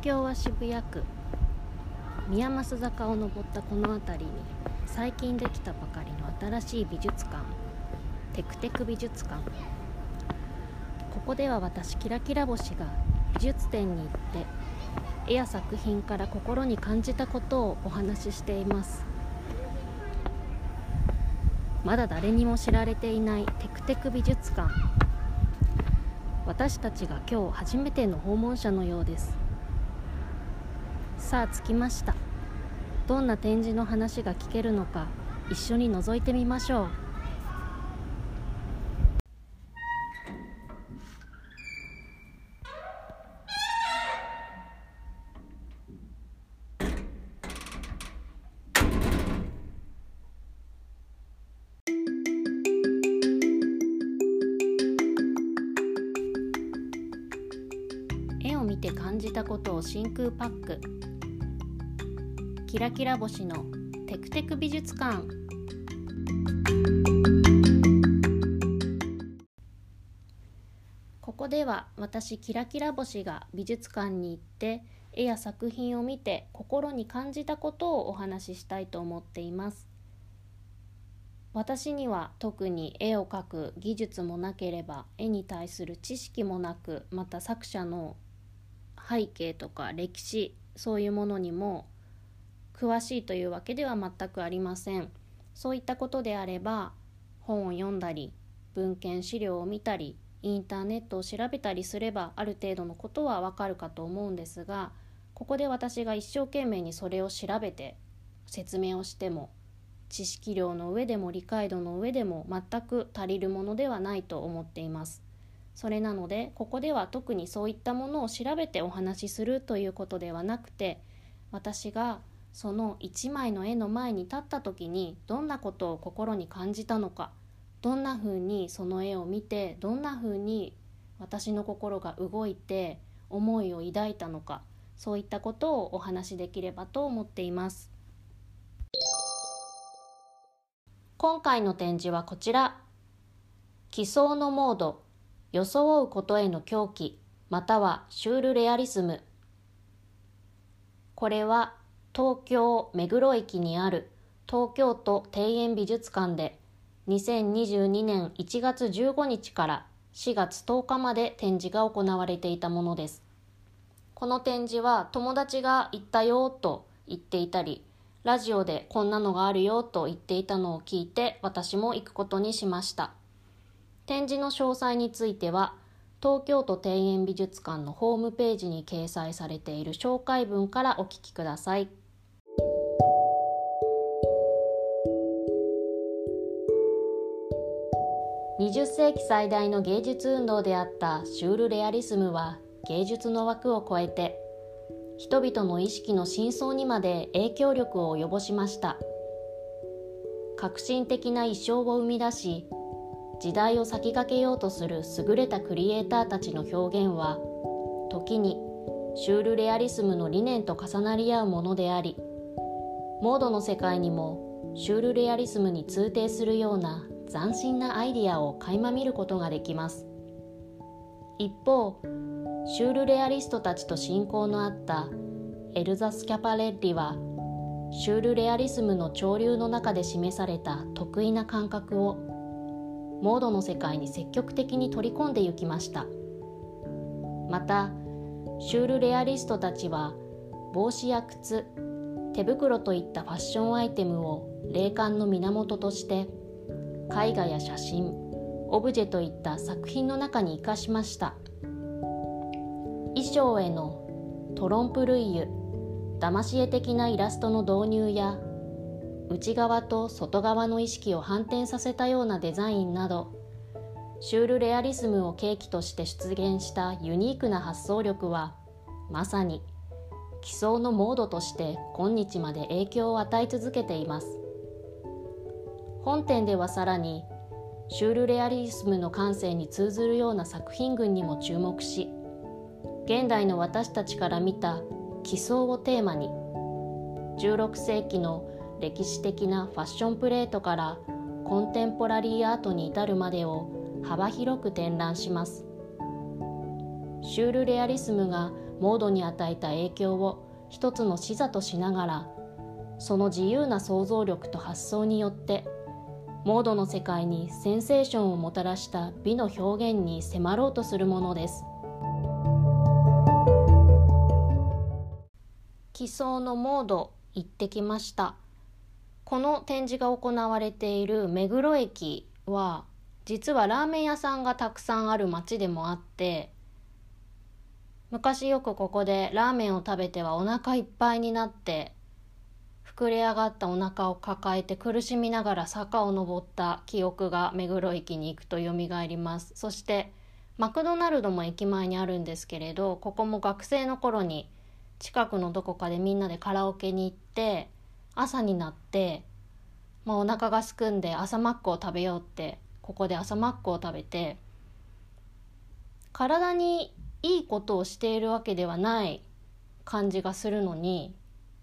京は渋谷区宮益坂を登ったこの辺りに最近できたばかりの新しい美術館、テクテク美術館。ここでは私キラキラ星が美術展に行って絵や作品から心に感じたことをお話ししています。まだ誰にも知られていないテクテク美術館。私たちが今日初めての訪問者のようです。さあ着きました。どんな展示の話が聞けるのか一緒に覗いてみましょう。絵を見て感じたことを真空パック。キラキラ星のテクテク美術館。ここでは私キラキラ星が美術館に行って絵や作品を見て心に感じたことをお話ししたいと思っています。私には特に絵を描く技術もなければ絵に対する知識もなく、また作者の背景とか歴史、そういうものにも詳しいというわけでは全くありません。そういったことであれば本を読んだり文献資料を見たりインターネットを調べたりすればある程度のことはわかるかと思うんですが、ここで私が一生懸命にそれを調べて説明をしても知識量の上でも理解度の上でも全く足りるものではないと思っています。それなのでここでは特にそういったものを調べてお話しするということではなくて、私がその一枚の絵の前に立った時にどんなことを心に感じたのか、どんなふうにその絵を見てどんなふうに私の心が動いて思いを抱いたのか、そういったことをお話しできればと思っています。今回の展示はこちら。奇想のモード、装うことへの狂気、またはシュールレアリスム。これは東京目黒駅にある東京都庭園美術館で2022年1月15日から4月10日まで展示が行われていたものです。この展示は友達が行ったよと言っていたり、ラジオでこんなのがあるよと言っていたのを聞いて私も行くことにしました。展示の詳細については東京都庭園美術館のホームページに掲載されている紹介文からお聞きください。20世紀最大の芸術運動であったシュールレアリスムは芸術の枠を超えて人々の意識の深層にまで影響力を及ぼしました。革新的な意匠を生み出し、時代を先駆けようとする優れたクリエイターたちの表現は時にシュールレアリスムの理念と重なり合うものであり、モードの世界にもシュールレアリスムに通底するような斬新なアイディアを垣間見ることができます。一方、シュールレアリストたちと親交のあったエルザ・スキャパレッリはシュールレアリスムの潮流の中で示された得意な感覚をモードの世界に積極的に取り込んでゆきました。またシュールレアリストたちは帽子や靴、手袋といったファッションアイテムを霊感の源として絵画や写真、オブジェといった作品の中に生かしました。衣装へのトロンプルイユ、騙し絵的なイラストの導入や内側と外側の意識を反転させたようなデザインなど、シュールレアリスムを契機として出現したユニークな発想力はまさに奇想のモードとして今日まで影響を与え続けています。本展ではさらにシュールレアリスムの感性に通ずるような作品群にも注目し、現代の私たちから見た奇想をテーマに16世紀の歴史的なファッションプレートからコンテンポラリーアートに至るまでを幅広く展覧します。シュールレアリスムがモードに与えた影響を一つの視座としながら、その自由な想像力と発想によってモードの世界にセンセーションをもたらした美の表現に迫ろうとするものです。奇想のモード行ってきました。この展示が行われている目黒駅は実はラーメン屋さんがたくさんある街でもあって、昔よくここでラーメンを食べてはお腹いっぱいになって膨れ上がったお腹を抱えて苦しみながら坂を登った記憶が目黒駅に行くとよみがえります。そしてマクドナルドも駅前にあるんですけれど、ここも学生の頃に近くのどこかでみんなでカラオケに行って、朝になって、お腹がすくんで朝マックを食べようって、ここで朝マックを食べて、体にいいことをしているわけではない感じがするのに、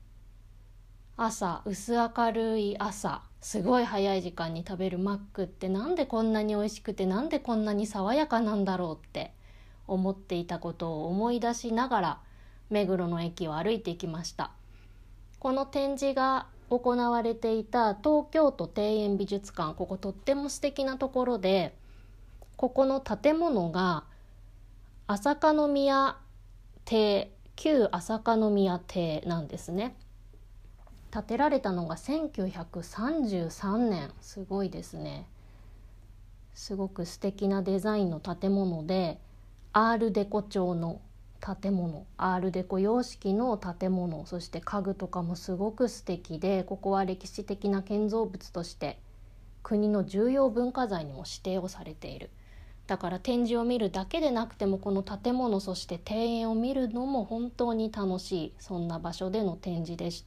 朝、薄明るい朝、すごい早い時間に食べるマックってなんでこんなに美味しくて、なんでこんなに爽やかなんだろうって思っていたことを思い出しながら目黒の駅を歩いていきました。この展示が行われていた東京都庭園美術館、こことっても素敵なところで、ここの建物が朝香宮邸、旧朝香宮邸なんですね。建てられたのが1933年、すごいですね。すごく素敵なデザインの建物で、アールデコ調の建物、アールデコ様式の建物、そして家具とかもすごく素敵で、ここは歴史的な建造物として国の重要文化財にも指定をされている。だから展示を見るだけでなくても、この建物、そして庭園を見るのも本当に楽しい、そんな場所での展示でした。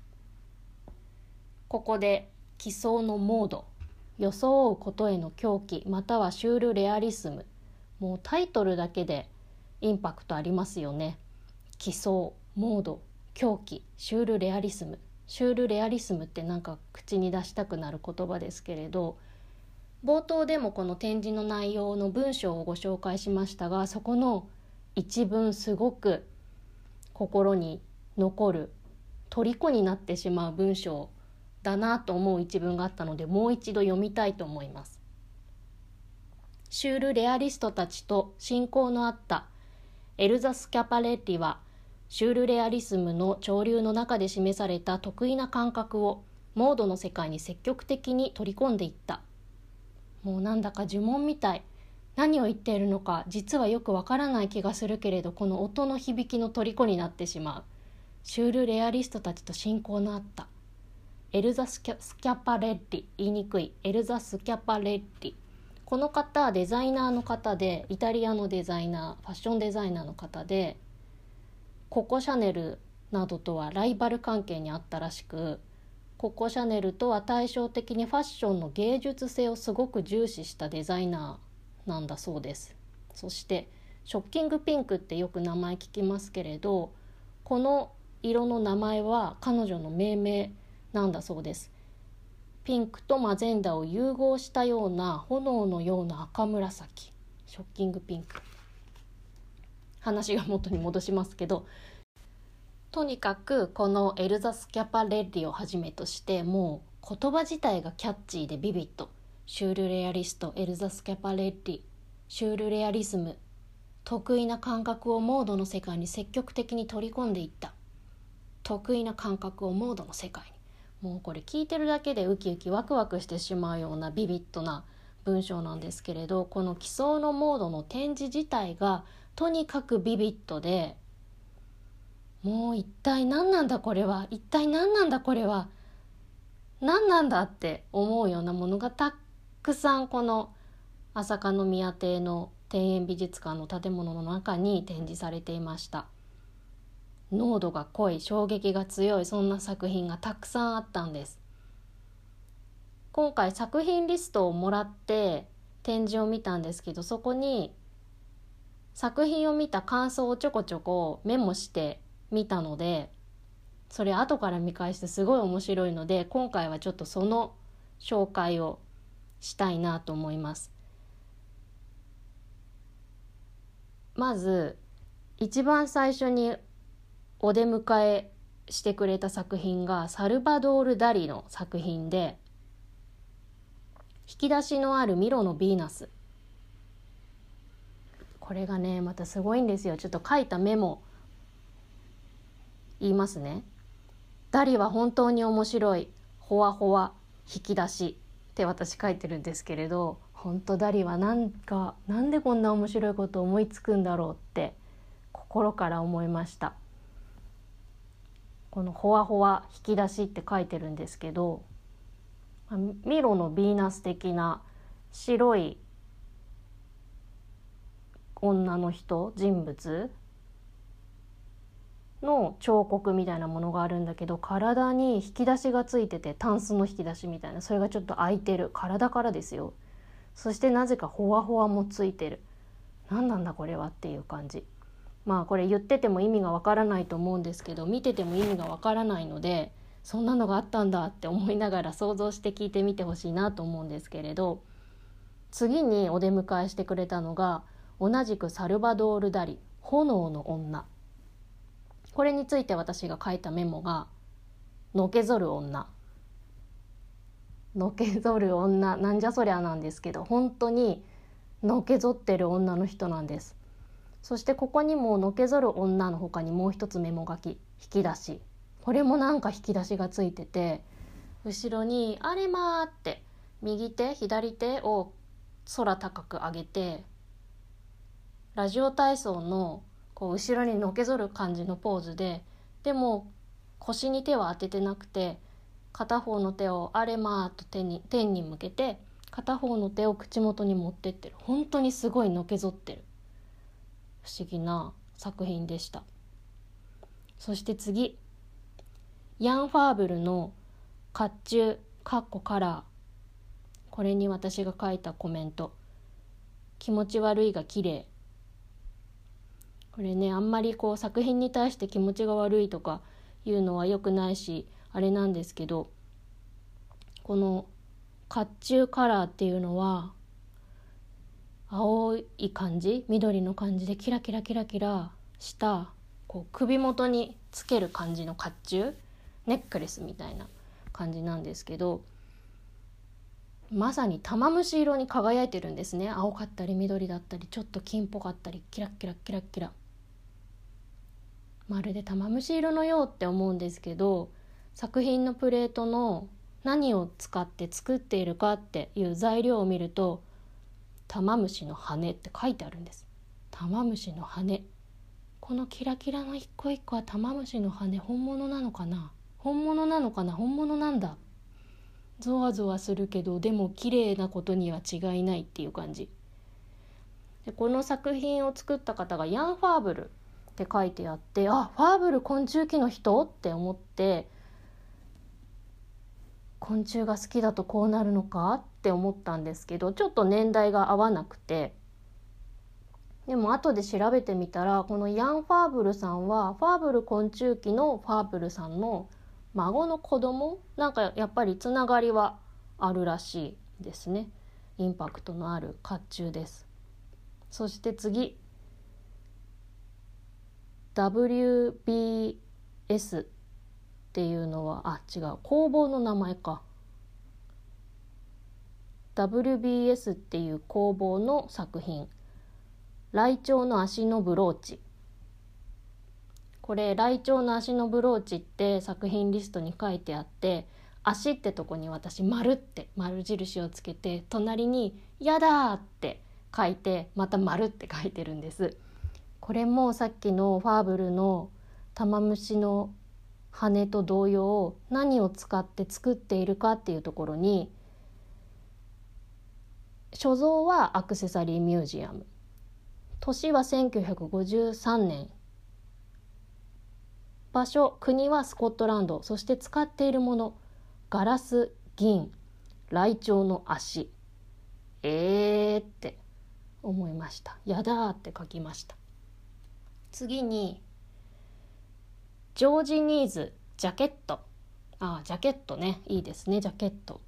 ここで奇想のモード、装うことへの狂気、またはシュールレアリスム、もうタイトルだけでインパクトありますよね。奇想、モード、狂気、シュールレアリスム。シュールレアリスムってなんか口に出したくなる言葉ですけれど、冒頭でもこの展示の内容の文章をご紹介しましたが、そこの一文すごく心に残る、虜になってしまう文章だなと思う一文があったので、もう一度読みたいと思います。シュールレアリストたちと親交のあったエルザ・スキャパレッリは、シュールレアリスムの潮流の中で示された得意な感覚をモードの世界に積極的に取り込んでいった。もうなんだか呪文みたい。何を言っているのか実はよくわからない気がするけれど、この音の響きの虜になってしまう。シュールレアリストたちと親交のあったエルザ・スキャパレッリ、言いにくい、エルザ・スキャパレッリ。この方デザイナーの方で、イタリアのデザイナー、ファッションデザイナーの方で、ココシャネルなどとはライバル関係にあったらしく、ココシャネルとは対照的にファッションの芸術性をすごく重視したデザイナーなんだそうです。そしてショッキングピンクってよく名前聞きますけれど、この色の名前は彼女の命名なんだそうです。ピンクとマゼンダを融合したような炎のような赤紫、ショッキングピンク。話が元に戻しますけど、とにかくこのエルザ・スキャパレッリをはじめとして、もう言葉自体がキャッチーでビビッド。シュールレアリスト、エルザ・スキャパレッリ、シュールレアリスム、得意な感覚をモードの世界に積極的に取り込んでいった。得意な感覚をモードの世界に。もうこれ聞いてるだけでウキウキワクワクしてしまうようなビビッドな文章なんですけれど、この奇想のモードの展示自体がとにかくビビッドで、もう一体何なんだこれは、一体何なんだこれは、何なんだって思うようなものがたくさんこの朝香宮邸の庭園美術館の建物の中に展示されていました。濃度が濃い、衝撃が強い、そんな作品がたくさんあったんです。今回作品リストをもらって展示を見たんですけど、そこに作品を見た感想をちょこちょこメモしてみたので、それ後から見返してすごい面白いので、今回はちょっとその紹介をしたいなと思います。まず一番最初にお出迎えしてくれた作品がサルバドール・ダリの作品で、引き出しのあるミロのヴィーナス。これがねまたすごいんですよ。ちょっと書いたメモ言いますね。ダリは本当に面白い。ほわほわ引き出しって私書いてるんですけれど、本当ダリはなんでこんな面白いことを思いつくんだろうって心から思いました。このほわほわ引き出しって書いてるんですけど、ミロのヴィーナス的な白い女の人、人物の彫刻みたいなものがあるんだけど、体に引き出しがついてて、タンスの引き出しみたいな、それがちょっと開いてる、体からですよ。そしてなぜかほわほわもついてる。何なんだこれはっていう感じ。まあこれ言ってても意味がわからないと思うんですけど、見てても意味がわからないので、そんなのがあったんだって思いながら想像して聞いてみてほしいなと思うんですけれど、次にお出迎えしてくれたのが同じくサルバドール・ダリ、炎の女。これについて私が書いたメモが、のけぞる女。のけぞる女、なんじゃそりゃなんですけど、本当にのけぞってる女の人なんです。そしてここにものけぞる女の他にもう一つメモ書き、引き出し。これもなんか引き出しがついてて、後ろにあれまーって右手左手を空高く上げて、ラジオ体操のこう後ろにのけぞる感じのポーズで、でも腰に手は当ててなくて、片方の手をあれまーと天に向けて、片方の手を口元に持ってってる。本当にすごいのけぞってる不思議な作品でした。そして次、ヤン・ファーブルの甲冑カラー。これに私が書いたコメント、気持ち悪いが綺麗。これね、あんまりこう作品に対して気持ちが悪いとかいうのは良くないしあれなんですけど、この甲冑カラーっていうのは青い感じ、緑の感じでキラキラキラキラしたこう首元につける感じの甲冑、ネックレスみたいな感じなんですけど、まさに玉虫色に輝いてるんですね。青かったり緑だったりちょっと金っぽかったり、キラキラキラキラ、まるで玉虫色のようって思うんですけど、作品のプレートの何を使って作っているかっていう材料を見ると、玉虫の羽って書いてあるんです。玉虫の羽、このキラキラの一個一個は玉虫の羽、本物なのかな、本物なんだ。ゾワゾワするけどでも綺麗なことには違いないっていう感じで、この作品を作った方がヤン・ファーブルって書いてあって、あ、ファーブル昆虫記の人って思って、昆虫が好きだとこうなるのかって思ったんですけど、ちょっと年代が合わなくて、でも後で調べてみたら、このヤン・ファーブルさんはファーブル昆虫記のファーブルさんの孫の子供、なんかやっぱりつながりはあるらしいですね。インパクトのある甲冑です。そして次、 WBS っていうのは違う、工房の名前か。 WBS っていう工房の作品、ライチョウの足のブローチ。これライチョウの足のブローチって作品リストに書いてあって、足ってとこに私丸って丸印をつけて、隣にやだって書いて、また丸って書いてるんです。これもさっきのファーブルの玉虫の羽と同様、何を使って作っているかっていうところに、所蔵はアクセサリーミュージアム、年は1953年、場所国はスコットランド、そして使っているもの、ガラス、銀、ライチョウの足。って思いました。やだーって書きました。次にジョージニーズジャケット。ジャケットね、いいですね、ジャケット。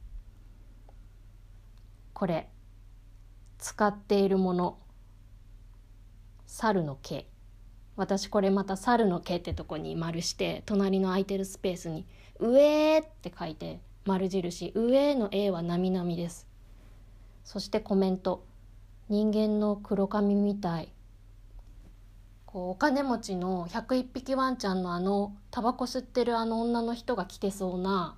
これ使っているもの、猿の毛。 私これまた猿の毛ってとこに丸して、隣の空いてるスペースに上って書いて丸印、上の A はなみなみです。そしてコメント、人間の黒髪みたい。お金持ちの101匹ワンちゃんのタバコ吸ってる女の人が着てそうな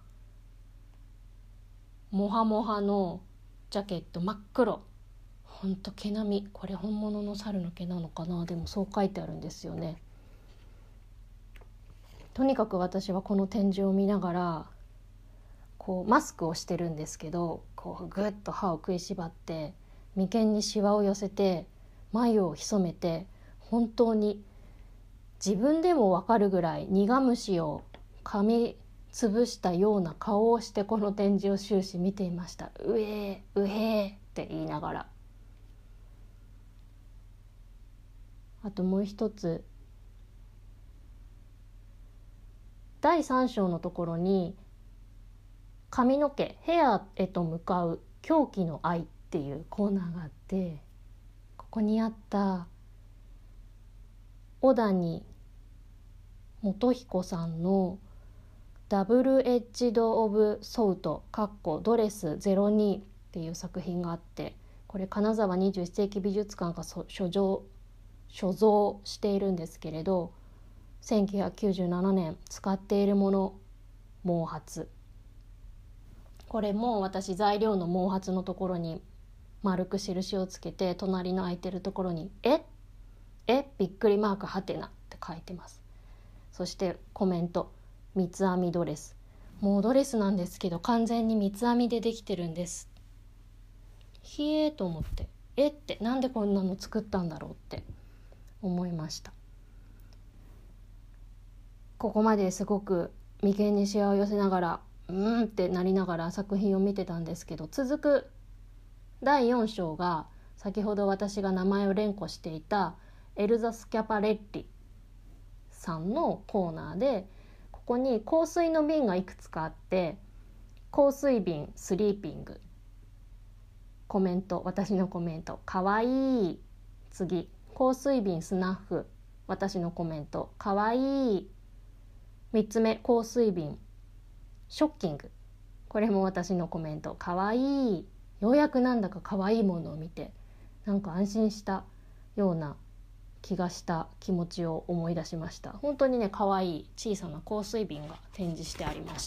モハモハのジャケット、真っ黒、ほんと毛並み、これ本物の猿の毛なのかな、でもそう書いてあるんですよね。とにかく私はこの展示を見ながらマスクをしてるんですけど、ぐっと歯を食いしばって眉間にシワを寄せて眉を潜めて、本当に自分でも分かるぐらい苦虫を噛みつぶしたような顔をしてこの展示を終始見ていました。うえーうへーって言いながら。あともう一つ、第3章のところに髪の毛、ヘアへと向かう狂気の愛っていうコーナーがあって、ここにあった小谷元彦さんのダブルエッジド・オブ・ソウトドレス02っていう作品があって、これ金沢21世紀美術館が所蔵しているんですけれど、1997年使っているもの、毛髪。これも私材料の毛髪のところに丸く印をつけて、隣の空いてるところにびっくりマークはてなって書いてます。そしてコメント、三つ編みドレス。もうドレスなんですけど完全に三つ編みでできてるんです。ひえーと思って、ってなんでこんなの作ったんだろうって思いました。ここまですごく眉間にシワを寄せながらってなりながら作品を見てたんですけど、続く第4章が先ほど私が名前を連呼していたエルザ・スキャパレッリさんのコーナーで、ここに香水の瓶がいくつかあって、香水瓶スリーピング、コメント、私のコメント、かわいい。次、香水瓶スナッフ、私のコメント、かわいい。3つ目、香水瓶ショッキング、これも私のコメント、かわいい。ようやくなんだかかわいいものを見て、なんか安心したような気がした気持ちを思い出しました。本当にね、かわいい小さな香水瓶が展示してありました。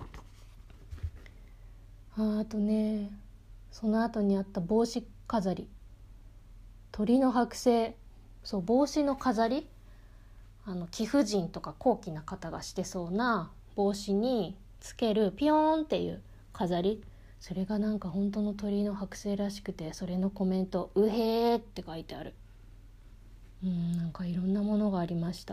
あとね、その後にあった帽子飾り、鳥の剥製、そう、帽子の飾り、貴婦人とか高貴な方がしてそうな帽子につけるピヨーンっていう飾り、それがなんか本当の鳥の剥製らしくて、それのコメント、うへーって書いてある。なんかいろんなものがありました。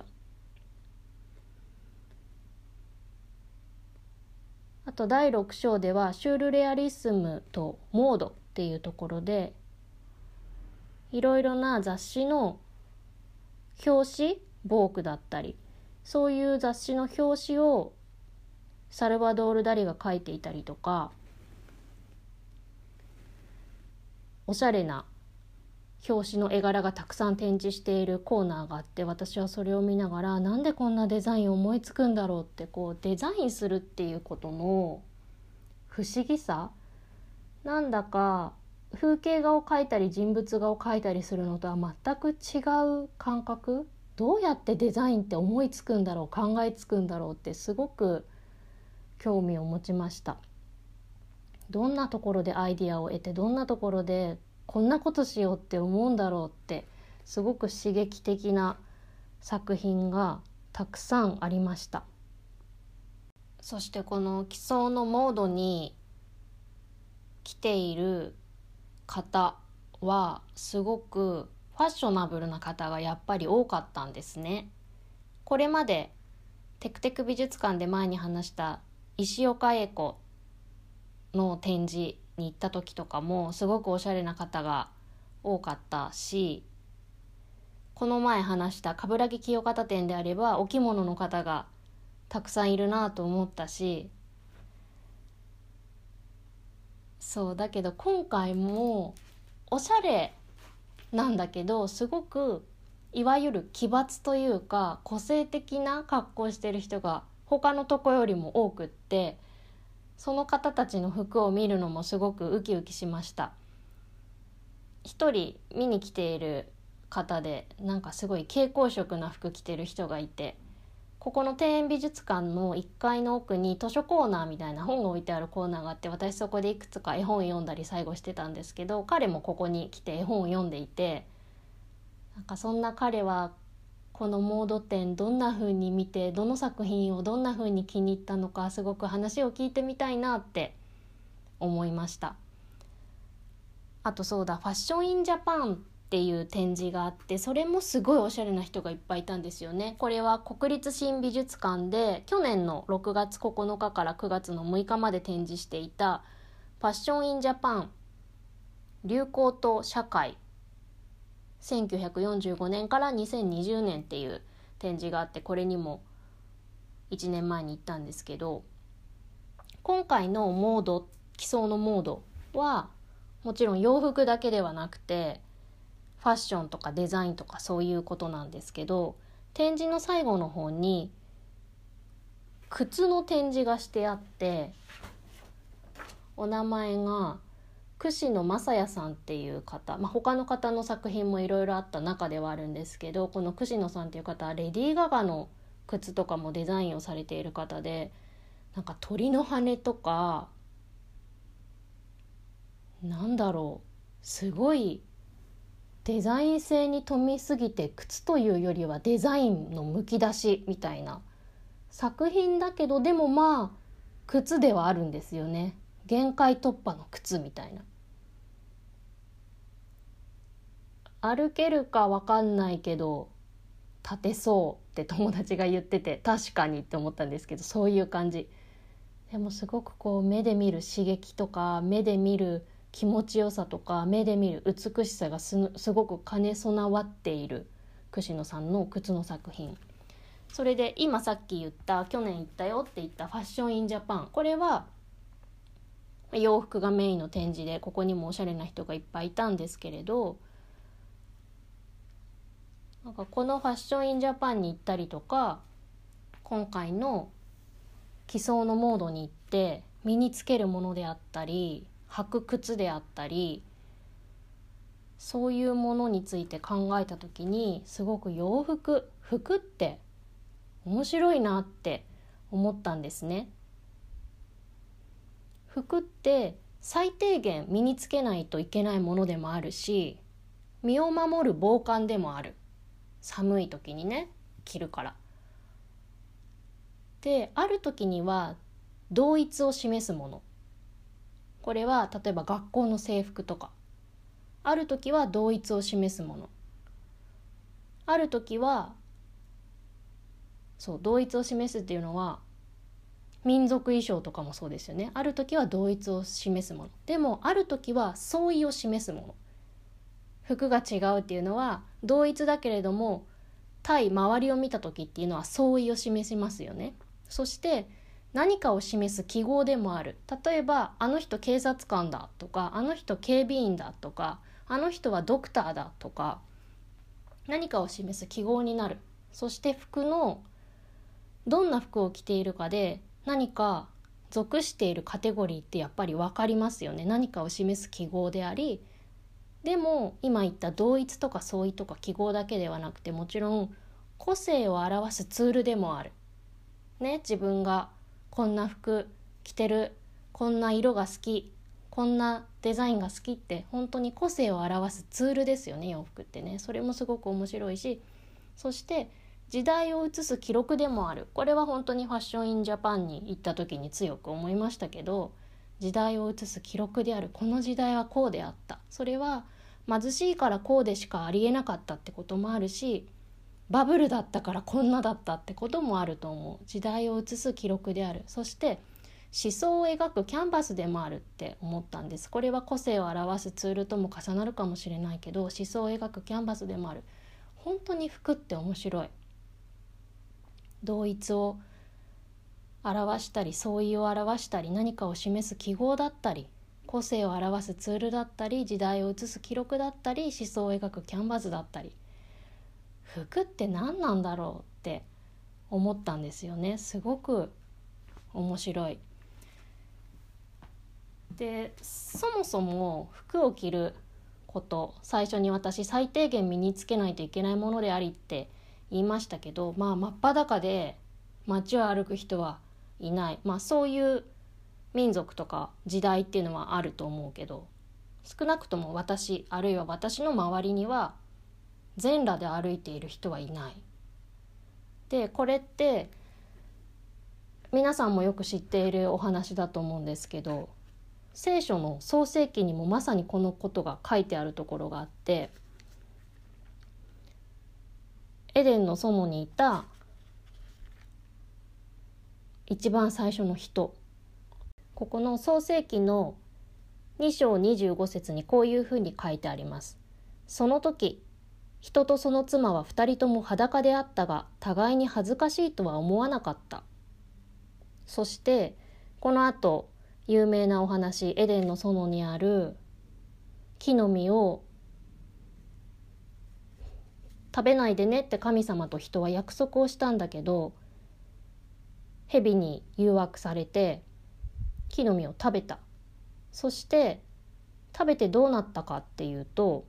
あと第6章ではシュールレアリスムとモードっていうところで、いろいろな雑誌の表紙、ボークだったり、そういう雑誌の表紙をサルバドール・ダリが書いていたりとか、おしゃれな表紙の絵柄がたくさん展示しているコーナーがあって、私はそれを見ながら、なんでこんなデザインを思いつくんだろうって、デザインするっていうことの不思議さ、なんだか風景画を描いたり人物画を描いたりするのとは全く違う感覚、どうやってデザインって思いつくんだろう、考えつくんだろうってすごく興味を持ちました。どんなところでアイディアを得て、どんなところでこんなことしようって思うんだろうって、すごく刺激的な作品がたくさんありました。そしてこの奇想のモードに来ている方はすごくファッショナブルな方がやっぱり多かったんですね。これまでテクテク美術館で前に話した石岡英子の展示に行った時とかもすごくおしゃれな方が多かったし、この前話した鏑木清方展であればお着物の方がたくさんいるなと思ったし、そうだけど今回もおしゃれなんだけど、すごくいわゆる奇抜というか個性的な格好をしてる人が他のとこよりも多くって、その方たちの服を見るのもすごくウキウキしました。一人見に来ている方で、なんかすごい蛍光色な服着てる人がいて、ここの庭園美術館の1階の奥に図書コーナーみたいな本が置いてあるコーナーがあって、私そこでいくつか絵本読んだり最後してたんですけど、彼もここに来て絵本を読んでいて、なんかそんな彼はこのモード展どんな風に見て、どの作品をどんな風に気に入ったのか、すごく話を聞いてみたいなって思いました。あとそうだ、ファッションインジャパンっていう展示があって、それもすごいおしゃれな人がいっぱいいたんですよね。これは国立新美術館で去年の6月9日から9月の6日まで展示していたファッションインジャパン流行と社会1945年から2020年っていう展示があって、これにも1年前に行ったんですけど、今回のモード、奇想のモードはもちろん洋服だけではなくてファッションとかデザインとかそういうことなんですけど、展示の最後の方に靴の展示がしてあって、お名前が櫛野正也さんっていう方、他の方の作品もいろいろあった中ではあるんですけど、この櫛野さんっていう方はレディー・ガガの靴とかもデザインをされている方で、なんか鳥の羽とか、なんだろう、すごいデザイン性に富みすぎて、靴というよりはデザインのむき出しみたいな作品だけど、でもまあ靴ではあるんですよね。限界突破の靴みたいな。歩けるか分かんないけど立てそうって友達が言ってて、確かにって思ったんですけど、そういう感じ。でもすごくこう目で見る刺激とか、目で見る気持ちよさとか、目で見る美しさがすごく兼ね備わっている櫛野さんの靴の作品。それで今さっき言った去年行ったよって言ったファッションインジャパン、これは洋服がメインの展示で、ここにもおしゃれな人がいっぱいいたんですけれど、なんかこのファッションインジャパンに行ったりとか、今回の奇想のモードに行って身につけるものであったり履く靴であったり、そういうものについて考えた時に、すごく服って面白いなって思ったんですね。服って最低限身につけないといけないものでもあるし、身を守る防寒でもある。寒い時にね、着るから。で、ある時には同一を示すもの。これは例えば学校の制服とか。ある時は同一を示すもの。ある時は、同一を示すっていうのは民族衣装とかもそうですよね。ある時は同一を示すもの。でもある時は相違を示すもの。服が違うっていうのは同一だけれども、対周りを見た時っていうのは相違を示しますよね。そして何かを示す記号でもある。例えばあの人警察官だとか、あの人警備員だとか、あの人はドクターだとか、何かを示す記号になる。そして服のどんな服を着ているかで何か属しているカテゴリーってやっぱり分かりますよね。何かを示す記号であり、でも今言った同一とか相違とか記号だけではなくて、もちろん個性を表すツールでもあるね。自分がこんな服着てる、こんな色が好き、こんなデザインが好きって本当に個性を表すツールですよね、洋服ってね。それもすごく面白いし、そして時代を映す記録でもある。これは本当にファッションインジャパンに行った時に強く思いましたけど、時代を映す記録である。この時代はこうであった。それは貧しいからこうでしかありえなかったってこともあるし、バブルだったからこんなだったってこともあると思う。時代を映す記録である。そして思想を描くキャンバスでもあるって思ったんです。これは個性を表すツールとも重なるかもしれないけど、思想を描くキャンバスでもある。本当に服って面白い。同一を表したり、相違を表したり、何かを示す記号だったり、個性を表すツールだったり、時代を映す記録だったり、思想を描くキャンバスだったり、 服って何なんだろうって思ったんですよね。すごく面白い。で、そもそも服を着ること、最初に私最低限身につけないといけないものでありって言いましたけど、真っ裸で街を歩く人はいない。そういう民族とか時代っていうのはあると思うけど、少なくとも私、あるいは私の周りには全裸で歩いている人はいない。で、これって皆さんもよく知っているお話だと思うんですけど、聖書の創世記にもまさにこのことが書いてあるところがあって、エデンの園にいた一番最初の人、ここの創世記の2章25節にこういうふうに書いてあります。その時、人とその妻は2人とも裸であったが、互いに恥ずかしいとは思わなかった。そしてこの後、有名なお話、エデンの園にある木の実を食べないでねって神様と人は約束をしたんだけど、蛇に誘惑されて木の実を食べた。そして食べてどうなったかっていうと、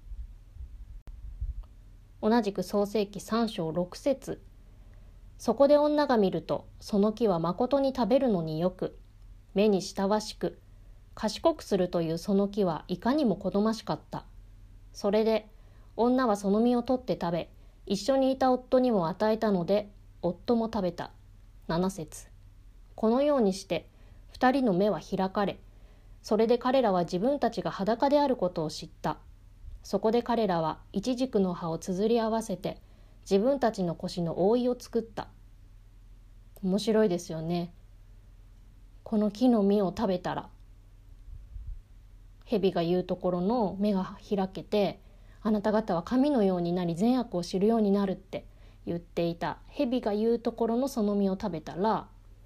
同じく創世記3章6節、そこで女が見ると、その木はまことに食べるのによく、目に親しく、賢くするというその木はいかにも好ましかった。それで女はその実を取って食べ、一緒にいた夫にも与えたので、夫も食べた。7節、このようにして二人の目は開かれ、それで彼らは自分たちが裸であることを知った。そこで彼らはイチジクの葉をつづり合わせて、自分たちの腰の覆いを作った。面白いですよね。この木の実を食べたら、蛇が言うところの目が開けて、あなた方は神のようになり善悪を知るようになるって言っていた蛇が言うところのその実を食べたら、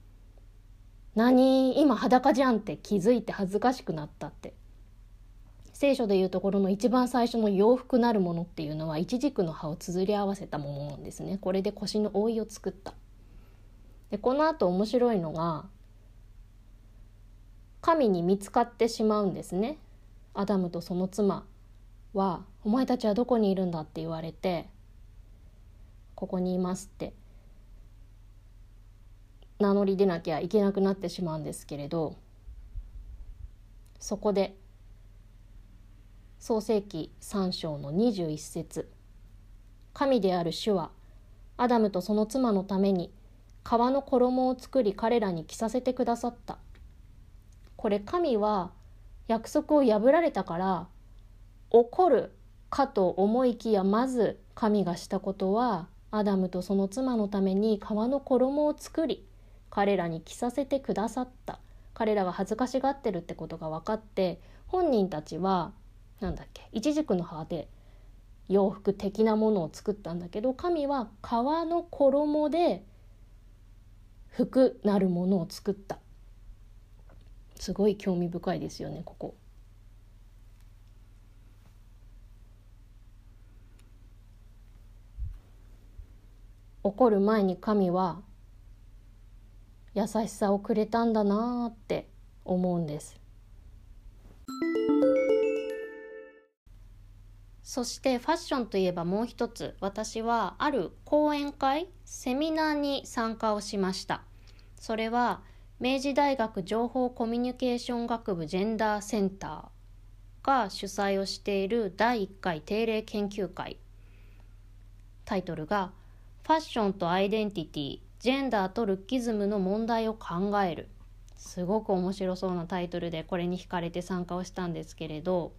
何今裸じゃんって気づいて恥ずかしくなったって。聖書でいうところの一番最初の洋服なるものっていうのはイチジクの葉をつづり合わせたものなんですね。これで腰の覆いを作った。で、この後面白いのが、神に見つかってしまうんですね。アダムとその妻は、お前たちはどこにいるんだって言われて、ここにいますって名乗り出なきゃいけなくなってしまうんですけれど、そこで創世記3章の21節、神である主はアダムとその妻のために革の衣を作り彼らに着させてくださった。これ、神は約束を破られたから怒るかと思いきや、まず神がしたことは、アダムとその妻のために革の衣を作り彼らに着させてくださった。彼らが恥ずかしがってるってことが分かって、本人たちはイチジクの葉で洋服的なものを作ったんだけど、神は革の衣で服なるものを作った。すごい興味深いですよね、ここ。怒る前に神は優しさをくれたんだなって思うんです。そしてファッションといえばもう一つ、私はある講演会、セミナーに参加をしました。それは明治大学情報コミュニケーション学部ジェンダーセンターが主催をしている第1回定例研究会。タイトルがファッションとアイデンティティ、ジェンダーとルッキズムの問題を考える。すごく面白そうなタイトルで、これに惹かれて参加をしたんですけれど、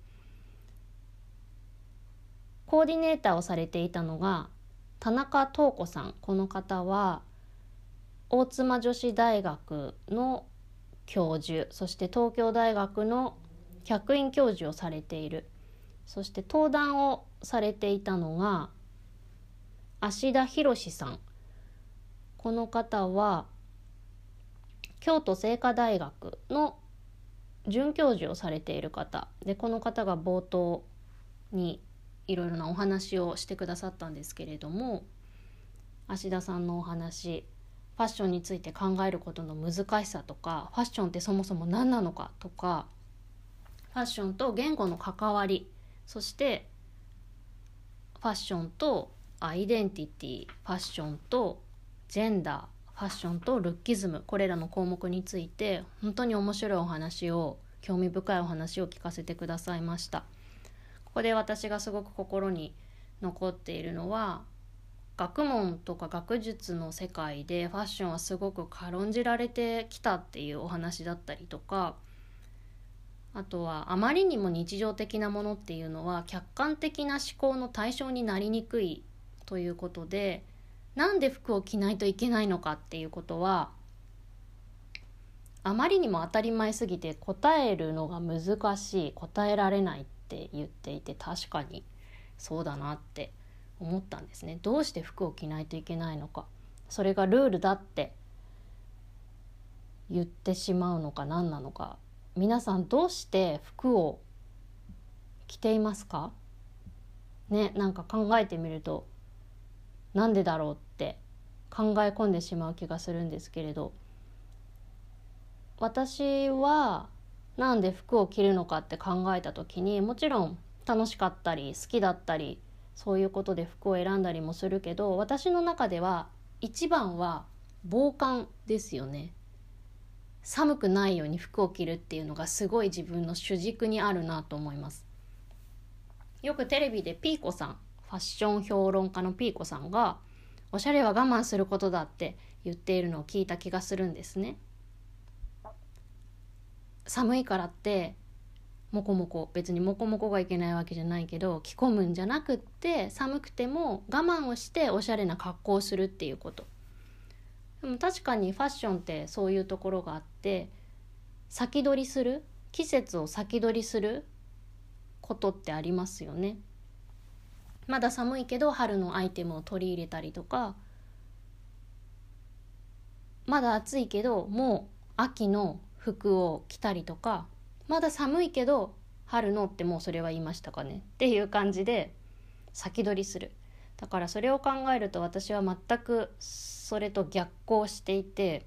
コーディネーターをされていたのが田中東子さん。この方は大妻女子大学の教授、そして東京大学の客員教授をされている。そして登壇をされていたのが芦田博さん。この方は京都精華大学の准教授をされている方で、この方が冒頭にいろいろなお話をしてくださったんですけれども、芦田さんのお話、ファッションについて考えることの難しさとか、ファッションってそもそも何なのかとか、ファッションと言語の関わり、そしてファッションとアイデンティティ、ファッションとジェンダー、ファッションとルッキズム、これらの項目について本当に面白いお話を、興味深いお話を聞かせてくださいました。ここで私がすごく心に残っているのは、学問とか学術の世界でファッションはすごく軽んじられてきたっていうお話だったりとか、あとはあまりにも日常的なものっていうのは客観的な思考の対象になりにくいということで、なんで服を着ないといけないのかっていうことはあまりにも当たり前すぎて答えるのが難しい、答えられないって言っていて、確かにそうだなって思ったんですね。どうして服を着ないといけないのか、それがルールだって言ってしまうのか何なのか。皆さんどうして服を着ていますかね。なんか考えてみるとなんでだろうって考え込んでしまう気がするんですけれど、私はなんで服を着るのかって考えた時に、もちろん楽しかったり好きだったりそういうことで服を選んだりもするけど、私の中では一番は防寒ですよね。寒くないように服を着るっていうのがすごい自分の主軸にあるなと思います。よくテレビでピーコさん、ファッション評論家のピーコさんがおしゃれは我慢することだって言っているのを聞いた気がするんですね。寒いからってモコモコ、別にモコモコがいけないわけじゃないけど着込むんじゃなくって、寒くても我慢をしておしゃれな格好をするっていうこと。でも確かにファッションってそういうところがあって、先取りする、季節を先取りすることってありますよね。まだ寒いけど春のアイテムを取り入れたりとか、まだ暑いけどもう秋の服を着たりとか、まだ寒いけど春のってもうそれは言いましたかねっていう感じで先取りする。だからそれを考えると私は全くそれと逆行していて、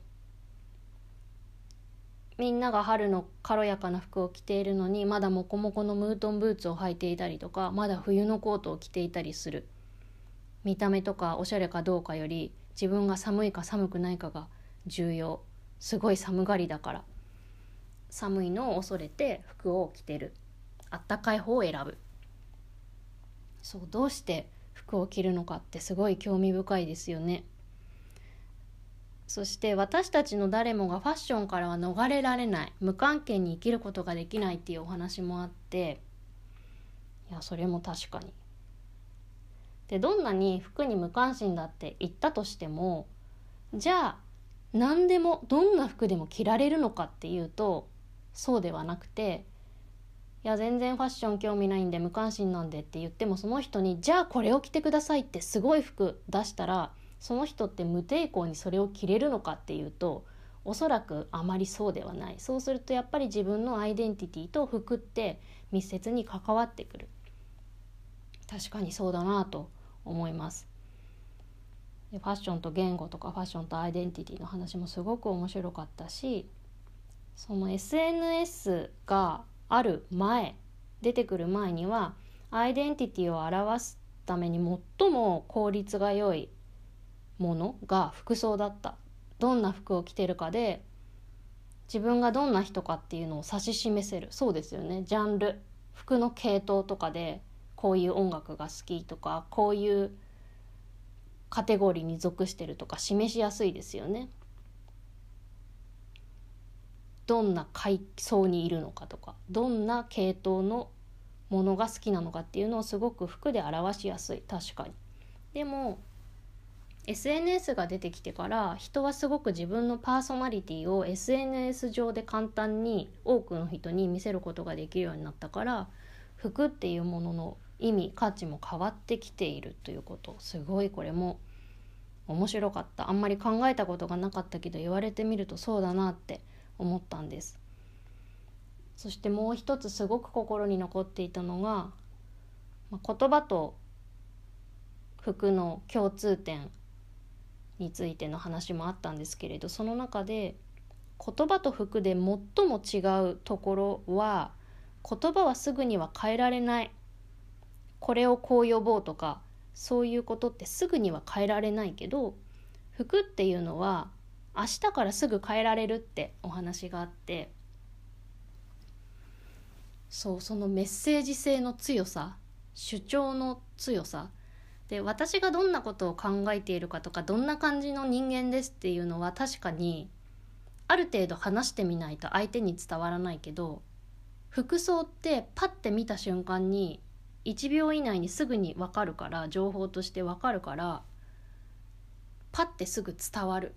みんなが春の軽やかな服を着ているのにまだモコモコのムートンブーツを履いていたりとか、まだ冬のコートを着ていたりする。見た目とかおしゃれかどうかより自分が寒いか寒くないかが重要。すごい寒がりだから寒いのを恐れて服を着てる、あったかい方を選ぶ。そう、どうして服を着るのかってすごい興味深いですよね。そして私たちの誰もがファッションからは逃れられない、無関係に生きることができないっていうお話もあって、いやそれも確かに。で、どんなに服に無関心だって言ったとしても、じゃあ何でもどんな服でも着られるのかっていうとそうではなくて、いや全然ファッション興味ないんで無関心なんでって言っても、その人にじゃあこれを着てくださいってすごい服出したら、その人って無抵抗にそれを着れるのかっていうとおそらくあまりそうではない。そうするとやっぱり自分のアイデンティティと服って密接に関わってくる。確かにそうだなと思います。で、ファッションと言語とかファッションとアイデンティティの話もすごく面白かったし、その SNS がある前、出てくる前にはアイデンティティを表すために最も効率が良いものが服装だった。どんな服を着てるかで自分がどんな人かっていうのを指し示せる。そうですよね。ジャンル、服の系統とかでこういう音楽が好きとか、こういうカテゴリーに属してるとか示しやすいですよね。どんな階層にいるのかとか、どんな系統のものが好きなのかっていうのをすごく服で表しやすい。確かに。でも SNS が出てきてから人はすごく自分のパーソナリティを SNS 上で簡単に多くの人に見せることができるようになったから、服っていうものの意味、価値も変わってきているということ、すごいこれも面白かった。あんまり考えたことがなかったけど言われてみるとそうだなって思ったんです。そしてもう一つすごく心に残っていたのが、 言葉と服の共通点についての話もあったんですけれど、その中で言葉と服で最も違うところは、言葉はすぐには変えられない、これをこう呼ぼうとかそういうことってすぐには変えられないけど、服っていうのは明日からすぐ変えられるってお話があって、そのメッセージ性の強さ、主張の強さで、私がどんなことを考えているかとか、どんな感じの人間ですっていうのは確かにある程度話してみないと相手に伝わらないけど、服装ってパッて見た瞬間に1秒以内にすぐに分かるから、情報として分かるから、パッてすぐ伝わる。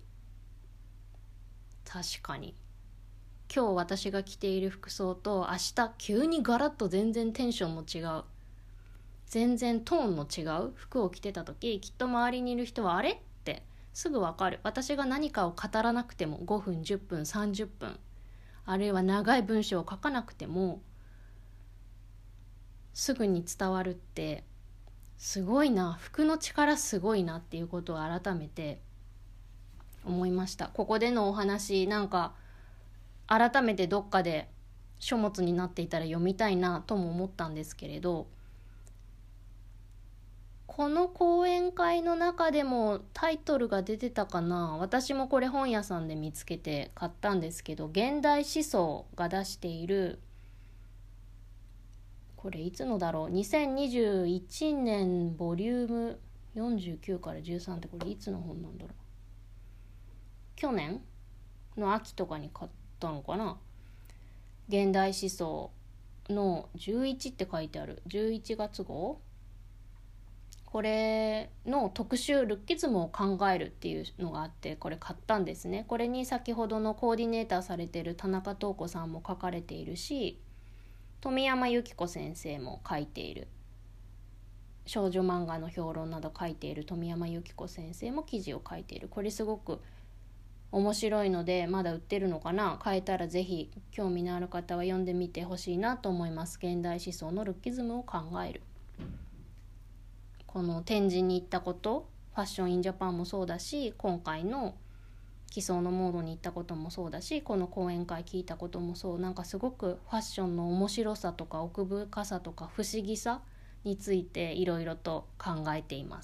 確かに今日私が着ている服装と明日急にガラッと全然テンションの違う、全然トーンの違う服を着てた時、きっと周りにいる人はあれってすぐ分かる。私が何かを語らなくても、5分10分30分あるいは長い文章を書かなくてもすぐに伝わるって、すごいな、服の力すごいなっていうことを改めて思いました。ここでのお話、なんか改めてどっかで書物になっていたら読みたいなとも思ったんですけれど、この講演会の中でもタイトルが出てたかな、私もこれ本屋さんで見つけて買ったんですけど、現代思想が出している、これいつのだろう、2021年ボリューム49から13って、これいつの本なんだろう、去年の秋とかに買ったのかな。現代思想の11って書いてある11月号、これの特集、ルッキズムを考えるっていうのがあって、これ買ったんですね。これに先ほどのコーディネーターされている田中東子さんも書かれているし、富山由紀子先生も書いている、少女漫画の評論など書いている富山由紀子先生も記事を書いている。これすごく面白いので、まだ売ってるのかな、買えたらぜひ興味のある方は読んでみてほしいなと思います。現代思想のルッキズムを考える。この展示に行ったこと、ファッションインジャパンもそうだし、今回の奇想のモードに行ったこともそうだし、この講演会聞いたこともそう、なんかすごくファッションの面白さとか奥深さとか不思議さについていろいろと考えています。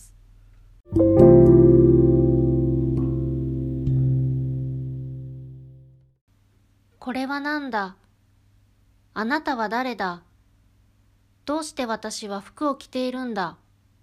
これは何だ？あなたは誰だ？どうして私は服を着ているんだ？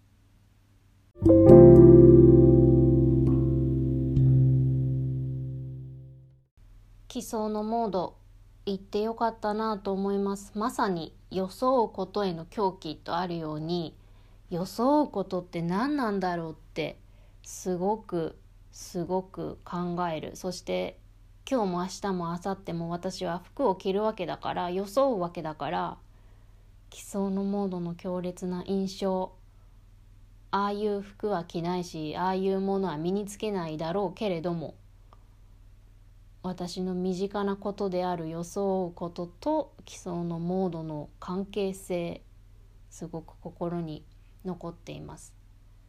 奇想のモード、言ってよかったなと思います。まさに装うことへの狂気とあるように、装うことって何なんだろうってすごく考える。そして今日も明日も明後日も私は服を着るわけだから、装うわけだから、奇想のモードの強烈な印象、ああいう服は着ないし、ああいうものは身につけないだろうけれども、私の身近なことである装うことと奇想のモードの関係性、すごく心に残っています。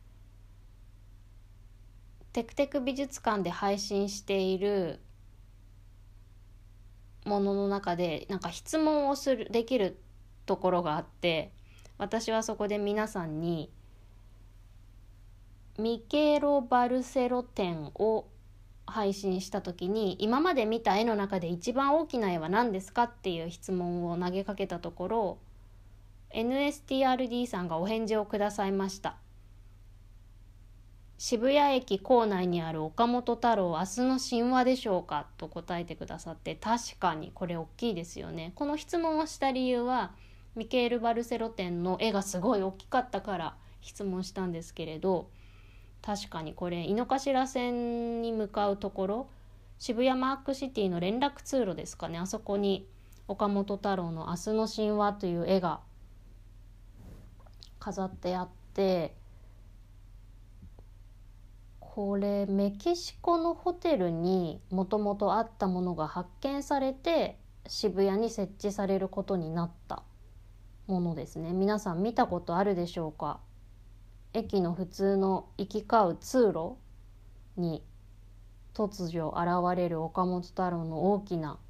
テクテク美術館で配信しているものの中で、なんか質問をできるところがあって、私はそこで皆さんにミケロ・バルセロ展を配信した時に、今まで見た絵の中で一番大きな絵は何ですかっていう質問を投げかけたところ、 NSTRD さんがお返事をくださいました。渋谷駅構内にある岡本太郎、明日の神話でしょうかと答えてくださって、確かにこれ大きいですよね。この質問をした理由は、ミケール・バルセロ展の絵がすごい大きかったから質問したんですけれど、確かにこれ井の頭線に向かうところ、渋谷マークシティの連絡通路ですかね、あそこに岡本太郎の明日の神話という絵が飾ってあって、これメキシコのホテルにもともとあったものが発見されて渋谷に設置されることになったものですね。皆さん見たことあるでしょうか。駅の普通の行き交う通路に突如現れる岡本太郎の大きな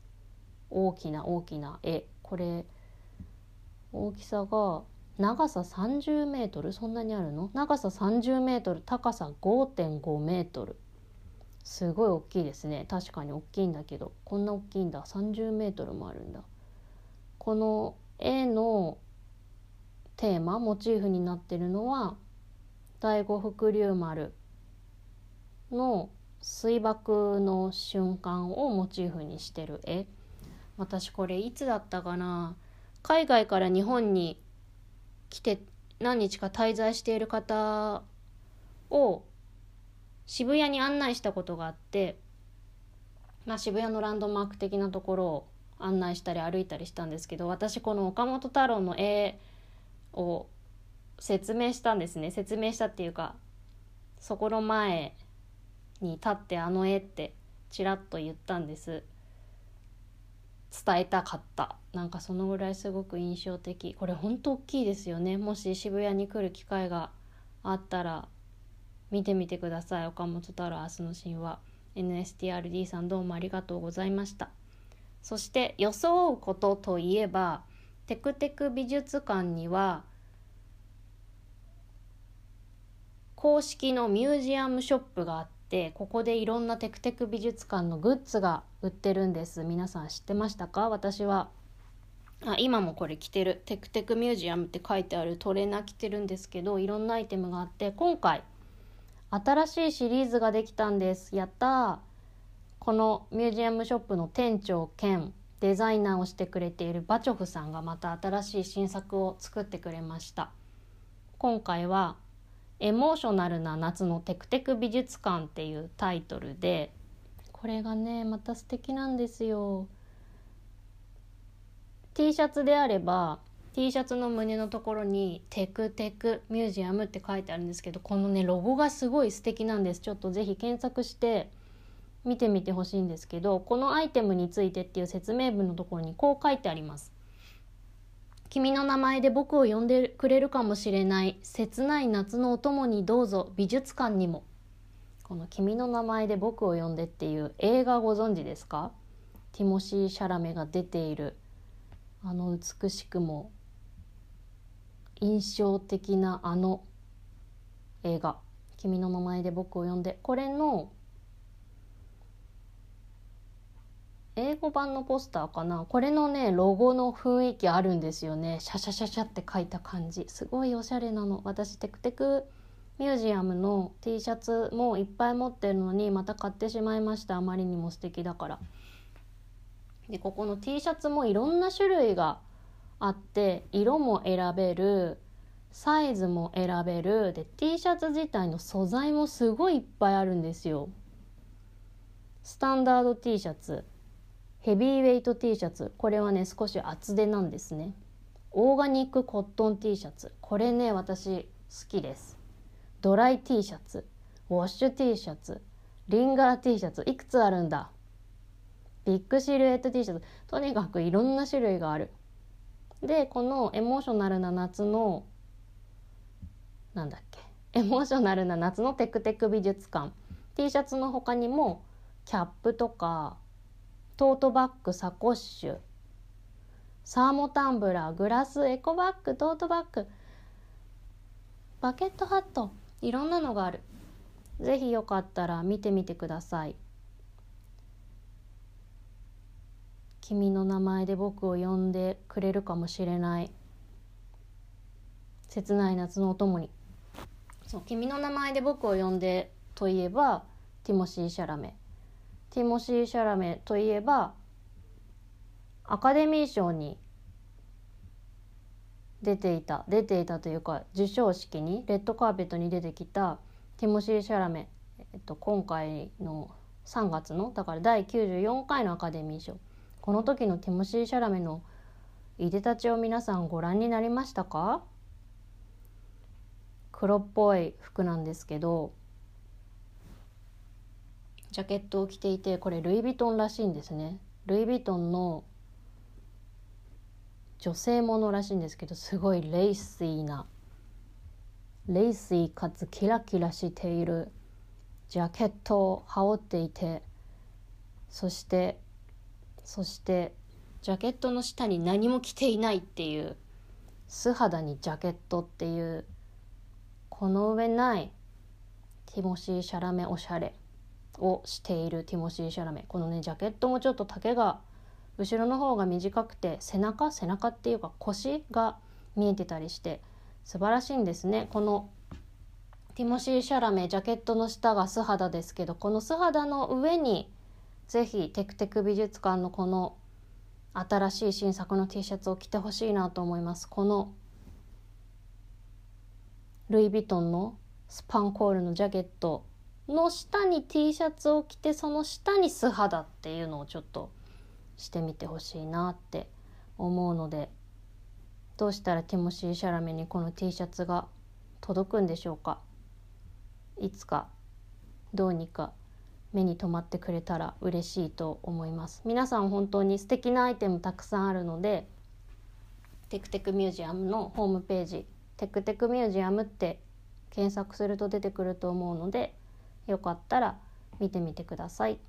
絵。これ大きさが長さ30メートル、そんなにあるの？長さ30メートル、高さ 5.5 メートル。すごい大きいですね。確かに大きいんだけど、こんな大きいんだ。30メートルもあるんだ。この絵のテーマ、モチーフになってるのは第五福竜丸の水爆の瞬間をモチーフにしてる絵。私これいつだったかな、海外から日本に来て何日か滞在している方を渋谷に案内したことがあって、渋谷のランドマーク的なところを案内したり歩いたりしたんですけど、私この岡本太郎の絵を説明したんですね。説明したっていうか、そこの前に立ってあの絵ってちらっと言ったんです。伝えたかった。なんかそのぐらいすごく印象的。これほんと大きいですよね。もし渋谷に来る機会があったら見てみてください。岡本太郎明日の神話。 NSTRD さんどうもありがとうございました。そして装うことといえば、テクテク美術館には公式のミュージアムショップがあって、ここでいろんなテクテク美術館のグッズが売ってるんです。皆さん知ってましたか？私は今もこれ着てる、テクテクミュージアムって書いてあるトレーナー着てるんですけど、いろんなアイテムがあって、今回新しいシリーズができたんです。やったー。このミュージアムショップの店長兼デザイナーをしてくれているバチョフさんがまた新しい新作を作ってくれました。今回はエモーショナルな夏のテクテク美術館っていうタイトルで、これがねまた素敵なんですよ。 T シャツであれば T シャツの胸のところにテクテクミュージアムって書いてあるんですけど、このねロゴがすごい素敵なんです。ちょっとぜひ検索して見てみてほしいんですけど、このアイテムについてっていう説明文のところにこう書いてあります。君の名前で僕を呼んでくれるかもしれない切ない夏のお供にどうぞ美術館にも。この君の名前で僕を呼んでっていう映画ご存知ですか？ティモシー・シャラメが出ている美しくも印象的な映画、君の名前で僕を呼んで、これの英語版のポスターかな。これのねロゴの雰囲気あるんですよね。シャシャシャシャって書いた感じ、すごいおしゃれなの。私テクテクミュージアムの T シャツもいっぱい持ってるのにまた買ってしまいました。あまりにも素敵だから。でここの T シャツもいろんな種類があって、色も選べる、サイズも選べる、で T シャツ自体の素材もすごいいっぱいあるんですよ。スタンダード T シャツ、ヘビーウェイト T シャツ、これはね少し厚手なんですね。オーガニックコットン T シャツ、これね私好きです。ドライ T シャツ、ウォッシュ T シャツ、リンガー T シャツ、いくつあるんだ。ビッグシルエット T シャツ、とにかくいろんな種類がある。でこのエモーショナルな夏のエモーショナルな夏のテクテク美術館 T シャツの他にもキャップとかトートバッグ、サコッシュ、サーモタンブラー、グラス、エコバッグ、トートバッグ、バケットハット、いろんなのがある。ぜひよかったら見てみてください。君の名前で僕を呼んでくれるかもしれない切ない夏のお供に。そう、君の名前で僕を呼んでといえばティモシー・シャラメ。ティモシー・シャラメといえばアカデミー賞に出ていたというか授賞式にレッドカーペットに出てきたティモシー・シャラメ、今回の3月のだから第94回のアカデミー賞、この時のティモシー・シャラメのいでたちを皆さんご覧になりましたか？黒っぽい服なんですけどジャケットを着ていて、これルイ・ヴィトンらしいんですね。ルイ・ヴィトンの女性ものらしいんですけど、すごいレイシーかつキラキラしているジャケットを羽織っていて、そしてジャケットの下に何も着ていないっていう、素肌にジャケットっていう、この上ないティモシー・シャラメおしゃれをしているティモシー・シャラメ。このねジャケットもちょっと丈が後ろの方が短くて、背中っていうか腰が見えてたりして素晴らしいんですね。このティモシー・シャラメ、ジャケットの下が素肌ですけど、この素肌の上にぜひテクテク美術館のこの新しい新作の T シャツを着てほしいなと思います。このルイ・ヴィトンのスパンコールのジャケットの下に T シャツを着て、その下に素肌っていうのをちょっとしてみてほしいなって思うので、どうしたらティモシー・シャラメにこの T シャツが届くんでしょうか。いつかどうにか目に留まってくれたら嬉しいと思います。皆さん本当に素敵なアイテムたくさんあるので、テクテクミュージアムのホームページ、テクテクミュージアムって検索すると出てくると思うので、よかったら見てみてください。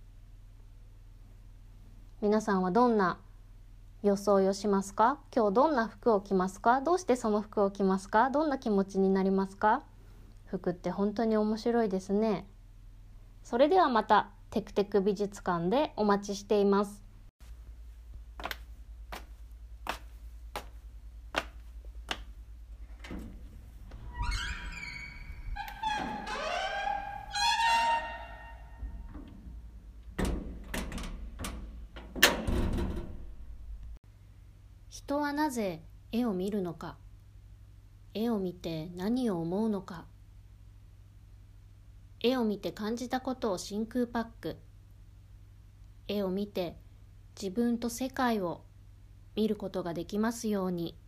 皆さんはどんな装いをしますか？今日どんな服を着ますか？どうしてその服を着ますか？どんな気持ちになりますか？服って本当に面白いですね。それではまたテクテク美術館でお待ちしています。人はなぜ絵を見るのか、絵を見て何を思うのか、絵を見て感じたことを真空パック、絵を見て自分と世界を見ることができますように。